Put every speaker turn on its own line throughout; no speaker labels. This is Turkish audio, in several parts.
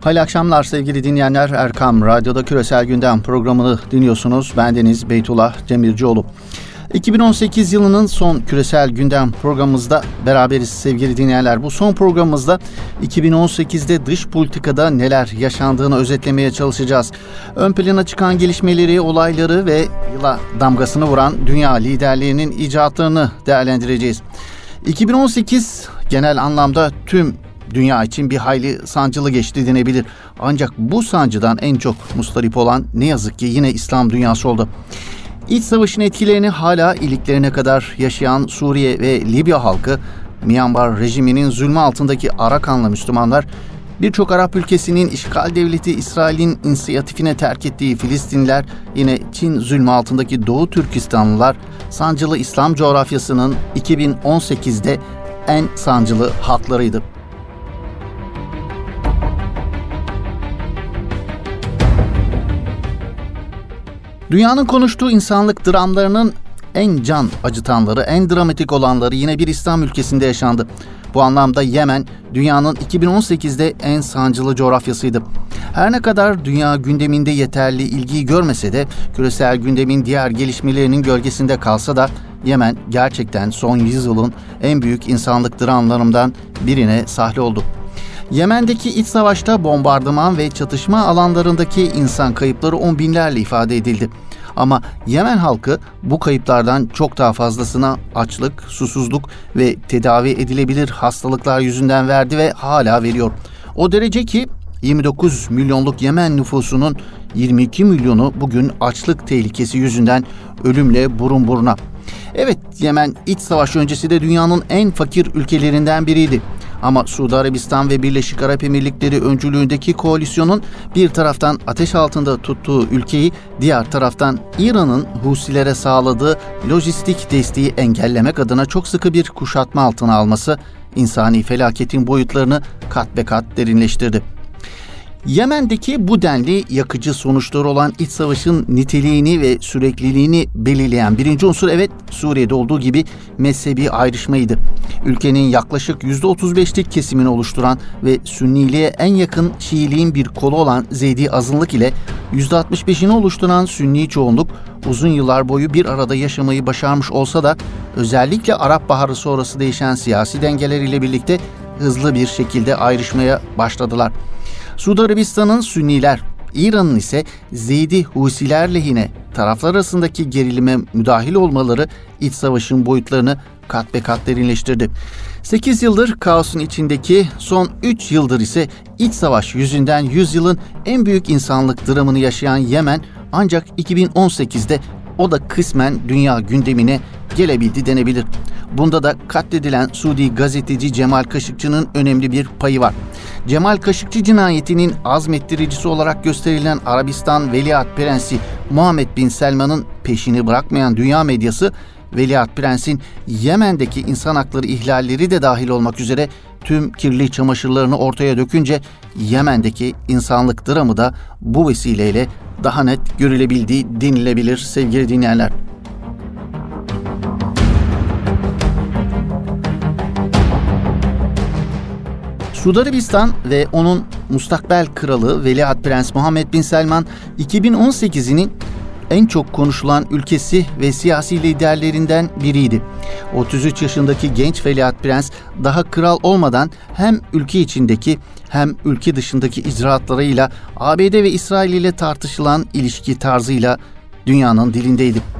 Hayırlı akşamlar sevgili dinleyenler. Erkam Radyo'da Küresel Gündem programını dinliyorsunuz. Bendeniz Beytullah Cemircioğlu. 2018 yılının son Küresel Gündem programımızda beraberiz sevgili dinleyenler. Bu son programımızda 2018'de dış politikada neler yaşandığını özetlemeye çalışacağız. Ön plana çıkan gelişmeleri, olayları ve yıla damgasını vuran dünya liderlerinin icraatlarını değerlendireceğiz. 2018 genel anlamda tüm dünya için bir hayli sancılı geçti denebilir. Ancak bu sancıdan en çok mustarip olan ne yazık ki yine İslam dünyası oldu. İç savaşın etkilerini hala iliklerine kadar yaşayan Suriye ve Libya halkı, Myanmar rejiminin zulmü altındaki Arakanlı Müslümanlar, birçok Arap ülkesinin işgal devleti İsrail'in inisiyatifine terk ettiği Filistinliler, yine Çin zulmü altındaki Doğu Türkistanlılar, sancılı İslam coğrafyasının 2018'de en sancılı halklarıydı. Dünyanın konuştuğu insanlık dramlarının en can acıtanları, en dramatik olanları yine bir İslam ülkesinde yaşandı. Bu anlamda Yemen, dünyanın 2018'de en sancılı coğrafyasıydı. Her ne kadar dünya gündeminde yeterli ilgiyi görmese de, küresel gündemin diğer gelişmelerinin gölgesinde kalsa da, Yemen gerçekten son yüzyılın en büyük insanlık dramlarından birine sahne oldu. Yemen'deki iç savaşta bombardıman ve çatışma alanlarındaki insan kayıpları on binlerle ifade edildi. Ama Yemen halkı bu kayıplardan çok daha fazlasına açlık, susuzluk ve tedavi edilebilir hastalıklar yüzünden verdi ve hala veriyor. O derece ki 29 milyonluk Yemen nüfusunun 22 milyonu bugün açlık tehlikesi yüzünden ölümle burun buruna. Evet, Yemen iç savaş öncesi de dünyanın en fakir ülkelerinden biriydi. Ama Suudi Arabistan ve Birleşik Arap Emirlikleri öncülüğündeki koalisyonun bir taraftan ateş altında tuttuğu ülkeyi, diğer taraftan İran'ın Husilere sağladığı lojistik desteği engellemek adına çok sıkı bir kuşatma altına alması, insani felaketin boyutlarını kat be kat derinleştirdi. Yemen'deki bu denli yakıcı sonuçları olan iç savaşın niteliğini ve sürekliliğini belirleyen birinci unsur, evet, Suriye'de olduğu gibi mezhebi ayrışmaydı. Ülkenin yaklaşık %35'lik kesimini oluşturan ve Sünniliğe en yakın Şiiliğin bir kolu olan Zeydi azınlık ile %65'ini oluşturan Sünni çoğunluk uzun yıllar boyu bir arada yaşamayı başarmış olsa da özellikle Arap Baharı sonrası değişen siyasi dengeler ile birlikte hızlı bir şekilde ayrışmaya başladılar. Suudi Arabistan'ın Sünniler, İran'ın ise Zeydi Husiler lehine taraflar arasındaki gerilime müdahil olmaları iç savaşın boyutlarını kat be kat derinleştirdi. 8 yıldır kaosun içindeki son 3 yıldır ise iç savaş yüzünden yüzyılın en büyük insanlık dramını yaşayan Yemen, ancak 2018'de o da kısmen dünya gündemine gelebildi denebilir. Bunda da katledilen Suudi gazeteci Cemal Kaşıkçı'nın önemli bir payı var. Cemal Kaşıkçı cinayetinin azmettiricisi olarak gösterilen Arabistan Veliaht Prensi Muhammed Bin Selman'ın peşini bırakmayan dünya medyası, Veliaht Prens'in Yemen'deki insan hakları ihlalleri de dahil olmak üzere tüm kirli çamaşırlarını ortaya dökünce Yemen'deki insanlık dramı da bu vesileyle daha net görülebildiği denilebilir sevgili dinleyenler. Suudi Arabistan ve onun mustakbel kralı Veliaht Prens Muhammed Bin Selman 2018'inin en çok konuşulan ülkesi ve siyasi liderlerinden biriydi. 33 yaşındaki genç Veliaht Prens daha kral olmadan hem ülke içindeki hem ülke dışındaki icraatlarıyla ABD ve İsrail ile tartışılan ilişki tarzıyla dünyanın dilindeydi.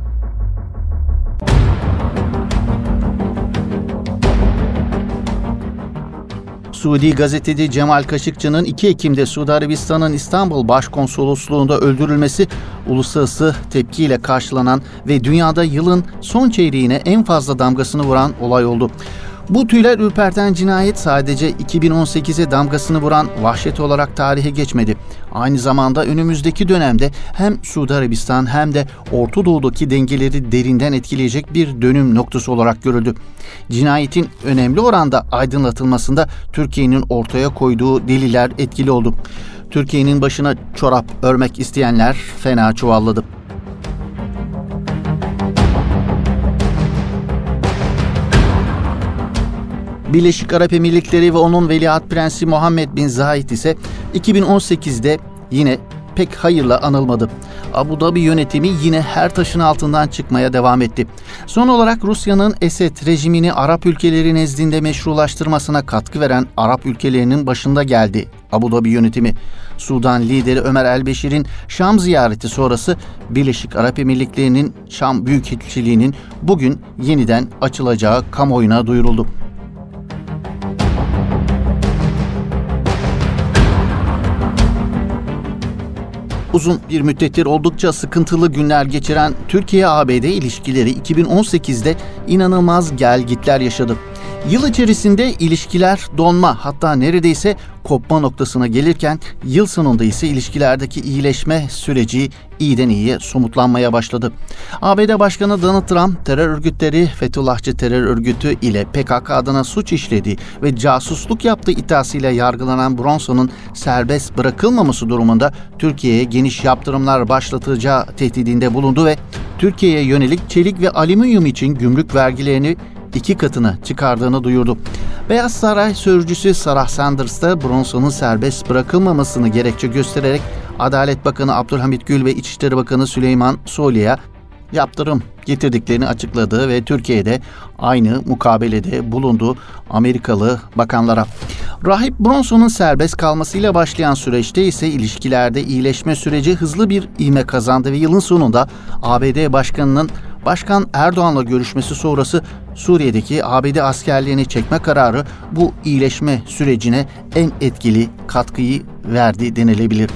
Suudi gazeteci Cemal Kaşıkçı'nın 2 Ekim'de Suudi Arabistan'ın İstanbul Başkonsolosluğu'nda öldürülmesi uluslararası tepkiyle karşılanan ve dünyada yılın son çeyreğine en fazla damgasını vuran olay oldu. Bu tüyler ürperten cinayet sadece 2018'e damgasını vuran vahşet olarak tarihe geçmedi. Aynı zamanda önümüzdeki dönemde hem Suudi Arabistan hem de Orta Doğu'daki dengeleri derinden etkileyecek bir dönüm noktası olarak görüldü. Cinayetin önemli oranda aydınlatılmasında Türkiye'nin ortaya koyduğu deliller etkili oldu. Türkiye'nin başına çorap örmek isteyenler fena çuvalladı. Birleşik Arap Emirlikleri ve onun Veliaht Prensi Muhammed bin Zayed ise 2018'de yine pek hayırla anılmadı. Abu Dhabi yönetimi yine her taşın altından çıkmaya devam etti. Son olarak Rusya'nın Esed rejimini Arap ülkeleri nezdinde meşrulaştırmasına katkı veren Arap ülkelerinin başında geldi Abu Dhabi yönetimi. Sudan lideri Ömer el-Beşir'in Şam ziyareti sonrası Birleşik Arap Emirlikleri'nin Şam Büyükelçiliği'nin bugün yeniden açılacağı kamuoyuna duyuruldu. Uzun bir müddettir oldukça sıkıntılı günler geçiren Türkiye-ABD ilişkileri 2018'de inanılmaz gelgitler yaşadı. Yıl içerisinde ilişkiler donma, hatta neredeyse kopma noktasına gelirken yıl sonunda ise ilişkilerdeki iyileşme süreci iyiden iyiye somutlanmaya başladı. ABD Başkanı Donald Trump, terör örgütleri Fethullahçı terör örgütü ile PKK adına suç işlediği ve casusluk yaptığı iddiasıyla yargılanan Bronson'un serbest bırakılmaması durumunda Türkiye'ye geniş yaptırımlar başlatacağı tehdidinde bulundu ve Türkiye'ye yönelik çelik ve alüminyum için gümrük vergilerini 2 katına çıkardığını duyurdu. Beyaz Saray sözcüsü Sarah Sanders da Bronson'un serbest bırakılmamasını gerekçe göstererek Adalet Bakanı Abdülhamit Gül ve İçişleri Bakanı Süleyman Soylu'ya yaptırım getirdiklerini açıkladı ve Türkiye'de aynı mukabelede bulundu Amerikalı bakanlara. Rahip Bronson'un serbest kalmasıyla başlayan süreçte ise ilişkilerde iyileşme süreci hızlı bir ivme kazandı ve yılın sonunda ABD Başkanı'nın Başkan Erdoğan'la görüşmesi sonrası Suriye'deki ABD askerlerini çekme kararı bu iyileşme sürecine en etkili katkıyı verdi denilebilir.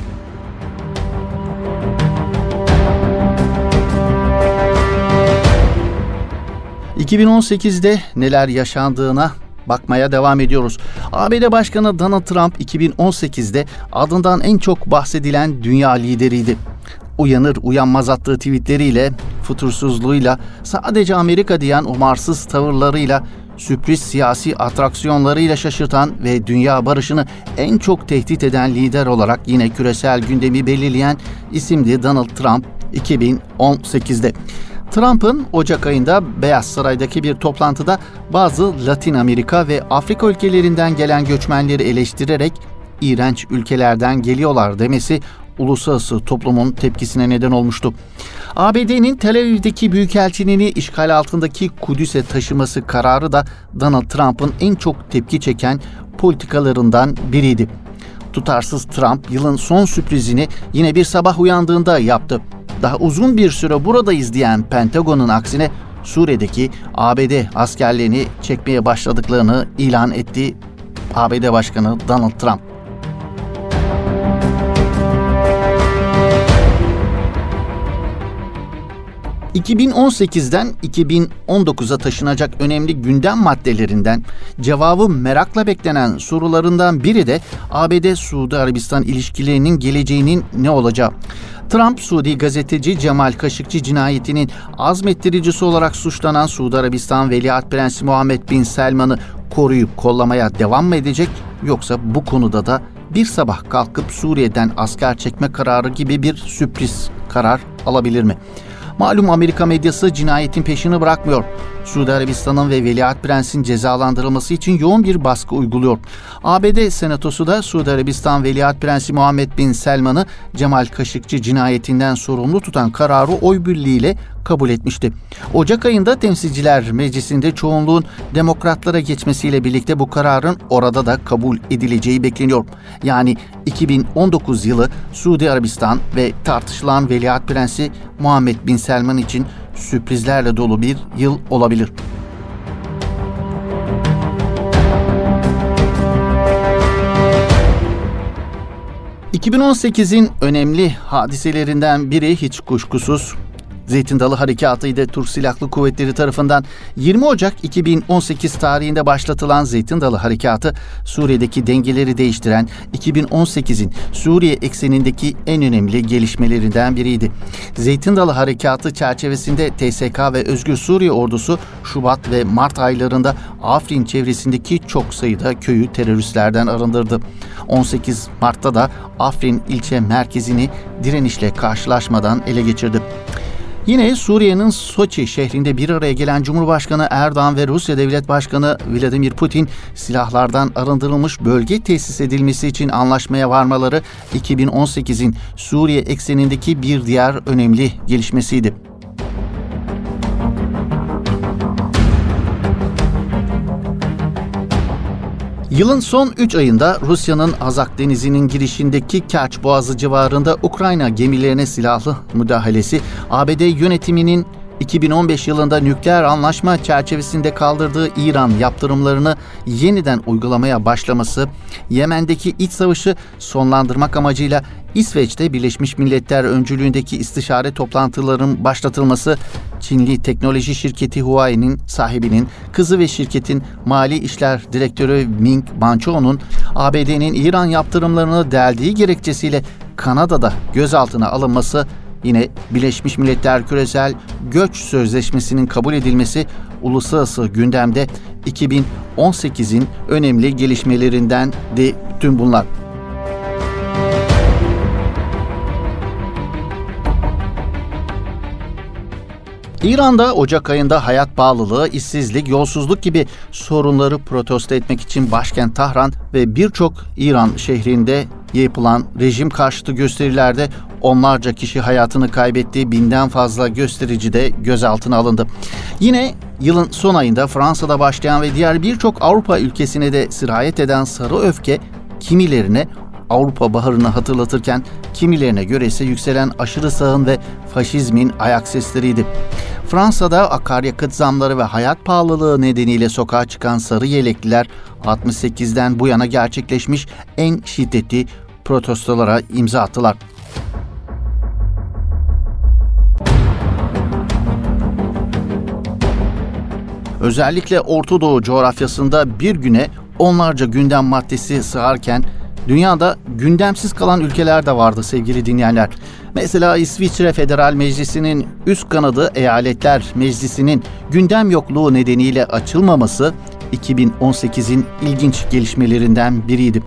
...2018'de neler yaşandığına bakmaya devam ediyoruz. ABD Başkanı Donald Trump 2018'de adından en çok bahsedilen dünya lideriydi. Uyanır uyanmaz attığı tweetleriyle, fütursuzluğuyla, sadece Amerika diyen umarsız tavırlarıyla, sürpriz siyasi atraksiyonlarıyla şaşırtan ve dünya barışını en çok tehdit eden lider olarak yine küresel gündemi belirleyen isimdi Donald Trump 2018'de. Trump'ın Ocak ayında Beyaz Saray'daki bir toplantıda bazı Latin Amerika ve Afrika ülkelerinden gelen göçmenleri eleştirerek iğrenç ülkelerden geliyorlar demesi uluslararası toplumun tepkisine neden olmuştu. ABD'nin Tel Aviv'deki büyükelçiliğini işgal altındaki Kudüs'e taşıması kararı da Donald Trump'ın en çok tepki çeken politikalarından biriydi. Tutarsız Trump yılın son sürprizini yine bir sabah uyandığında yaptı. Daha uzun bir süre buradayız diyen Pentagon'un aksine Suriye'deki ABD askerlerini çekmeye başladıklarını ilan etti ABD Başkanı Donald Trump. ...2018'den 2019'a taşınacak önemli gündem maddelerinden, cevabı merakla beklenen sorularından biri de ABD-Suudi Arabistan ilişkilerinin geleceğinin ne olacağı. Trump, Suudi gazeteci Cemal Kaşıkçı cinayetinin azmettiricisi olarak suçlanan Suudi Arabistan Veliaht Prensi Muhammed bin Selman'ı koruyup kollamaya devam mı edecek, yoksa bu konuda da bir sabah kalkıp Suriye'den asker çekme kararı gibi bir sürpriz karar alabilir mi? Malum Amerika medyası cinayetin peşini bırakmıyor. Suudi Arabistan'ın ve Veliaht Prens'in cezalandırılması için yoğun bir baskı uyguluyor. ABD Senatosu da Suudi Arabistan Veliaht Prensi Muhammed bin Selman'ı Cemal Kaşıkçı cinayetinden sorumlu tutan kararı oy birliğiyle kabul etmişti. Ocak ayında Temsilciler Meclisi'nde çoğunluğun demokratlara geçmesiyle birlikte bu kararın orada da kabul edileceği bekleniyor. Yani 2019 yılı Suudi Arabistan ve tartışılan Veliaht Prensi Muhammed bin Selman için sürprizlerle dolu bir yıl olabilir. ...2018'in önemli hadiselerinden biri hiç kuşkusuz Zeytin Dalı Harekatı'ydı. Türk Silahlı Kuvvetleri tarafından 20 Ocak 2018 tarihinde başlatılan Zeytin Dalı Harekatı, Suriye'deki dengeleri değiştiren 2018'in Suriye eksenindeki en önemli gelişmelerinden biriydi. Zeytin Dalı Harekatı çerçevesinde TSK ve Özgür Suriye Ordusu Şubat ve Mart aylarında Afrin çevresindeki çok sayıda köyü teröristlerden arındırdı. 18 Mart'ta da Afrin ilçe merkezini direnişle karşılaşmadan ele geçirdi. Yine Suriye'nin Soçi şehrinde bir araya gelen Cumhurbaşkanı Erdoğan ve Rusya Devlet Başkanı Vladimir Putin silahlardan arındırılmış bölge tesis edilmesi için anlaşmaya varmaları 2018'in Suriye eksenindeki bir diğer önemli gelişmesiydi. Yılın son 3 ayında Rusya'nın Azak Denizi'nin girişindeki Kerç Boğazı civarında Ukrayna gemilerine silahlı müdahalesi, ABD yönetiminin 2015 yılında nükleer anlaşma çerçevesinde kaldırdığı İran yaptırımlarını yeniden uygulamaya başlaması, Yemen'deki iç savaşı sonlandırmak amacıyla İsveç'te Birleşmiş Milletler öncülüğündeki istişare toplantılarının başlatılması, Çinli teknoloji şirketi Huawei'nin sahibinin kızı ve şirketin mali işler direktörü Ming Bancho'nun ABD'nin İran yaptırımlarını deldiği gerekçesiyle Kanada'da gözaltına alınması, yine Birleşmiş Milletler Küresel Göç Sözleşmesi'nin kabul edilmesi uluslararası gündemde 2018'in önemli gelişmelerinden de tüm bunlar. İran'da Ocak ayında hayat pahalılığı, işsizlik, yolsuzluk gibi sorunları protesto etmek için başkent Tahran ve birçok İran şehrinde yapılan rejim karşıtı gösterilerde onlarca kişi hayatını kaybetti, binden fazla gösterici de gözaltına alındı. Yine yılın son ayında Fransa'da başlayan ve diğer birçok Avrupa ülkesine de sirayet eden sarı öfke kimilerine Avrupa Baharı'nı hatırlatırken kimilerine göre ise yükselen aşırı sağın ve faşizmin ayak sesleriydi. Fransa'da akaryakıt zamları ve hayat pahalılığı nedeniyle sokağa çıkan sarı yelekliler 68'den bu yana gerçekleşmiş en şiddetli protestolara imza attılar. Özellikle Orta Doğu coğrafyasında bir güne onlarca gündem maddesi sığarken dünyada gündemsiz kalan ülkeler de vardı sevgili dinleyenler. Mesela İsviçre Federal Meclisi'nin üst kanadı Eyaletler Meclisi'nin gündem yokluğu nedeniyle açılmaması 2018'in ilginç gelişmelerinden biriydi.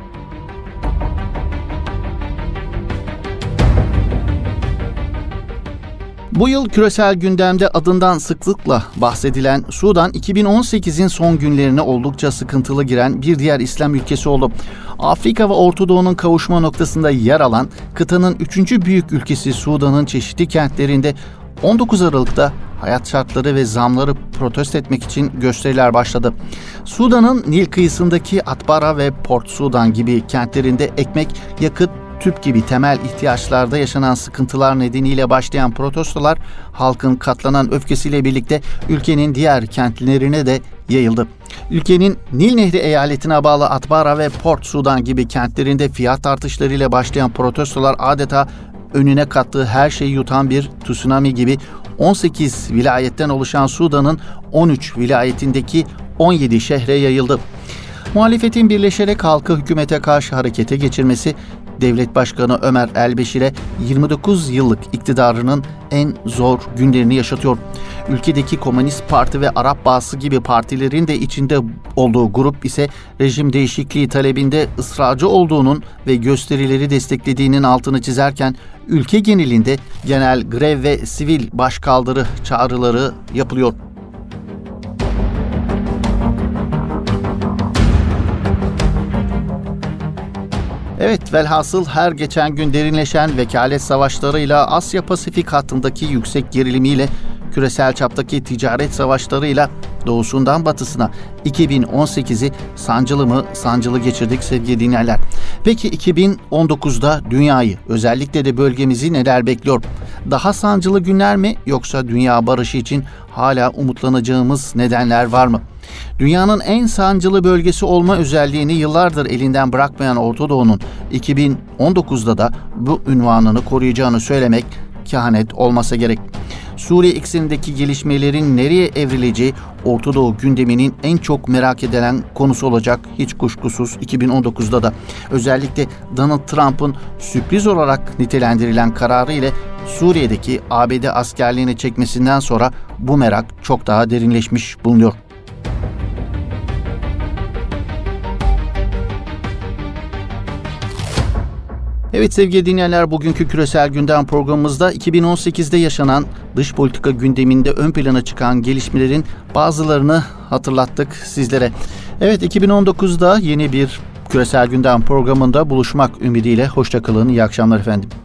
Bu yıl küresel gündemde adından sıklıkla bahsedilen Sudan, 2018'in son günlerine oldukça sıkıntılı giren bir diğer İslam ülkesi oldu. Afrika ve Orta Doğu'nun kavuşma noktasında yer alan kıtanın 3. büyük ülkesi Sudan'ın çeşitli kentlerinde 19 Aralık'ta hayat şartları ve zamları protesto etmek için gösteriler başladı. Sudan'ın Nil kıyısındaki Atbara ve Port Sudan gibi kentlerinde ekmek, yakıt, tüp gibi temel ihtiyaçlarda yaşanan sıkıntılar nedeniyle başlayan protestolar halkın katlanan öfkesiyle birlikte ülkenin diğer kentlerine de yayıldı. Ülkenin Nil Nehri eyaletine bağlı Atbara ve Port Sudan gibi kentlerinde fiyat artışlarıyla başlayan protestolar adeta önüne kattığı her şeyi yutan bir tsunami gibi 18 vilayetten oluşan Sudan'ın 13 vilayetindeki 17 şehre yayıldı. Muhalefetin birleşerek halkı hükümete karşı harekete geçirmesi, Devlet Başkanı Ömer El-Beşir'e 29 yıllık iktidarının en zor günlerini yaşatıyor. Ülkedeki Komünist Parti ve Arap Bağısı gibi partilerin de içinde olduğu grup ise rejim değişikliği talebinde ısrarcı olduğunun ve gösterileri desteklediğinin altını çizerken ülke genelinde genel grev ve sivil başkaldırı çağrıları yapılıyor. Evet, velhasıl her geçen gün derinleşen vekalet savaşlarıyla, Asya-Pasifik hattındaki yüksek gerilimiyle, küresel çaptaki ticaret savaşlarıyla doğusundan batısına 2018'i sancılı mı sancılı geçirdik sevgili dinleyenler. Peki 2019'da dünyayı, özellikle de bölgemizi neler bekliyor? Daha sancılı günler mi, yoksa dünya barışı için hala umutlanacağımız nedenler var mı? Dünyanın en sancılı bölgesi olma özelliğini yıllardır elinden bırakmayan Orta Doğu'nun 2019'da da bu unvanını koruyacağını söylemek kehanet olmasa gerek. Suriye eksenindeki gelişmelerin nereye evrileceği Orta Doğu gündeminin en çok merak edilen konusu olacak hiç kuşkusuz 2019'da da. Özellikle Donald Trump'ın sürpriz olarak nitelendirilen kararı ile Suriye'deki ABD askerliğini çekmesinden sonra bu merak çok daha derinleşmiş bulunuyor. Evet sevgili dinleyenler, bugünkü Küresel Gündem programımızda 2018'de yaşanan dış politika gündeminde ön plana çıkan gelişmelerin bazılarını hatırlattık sizlere. Evet, 2019'da yeni bir Küresel Gündem programında buluşmak ümidiyle hoşça kalın, iyi akşamlar efendim.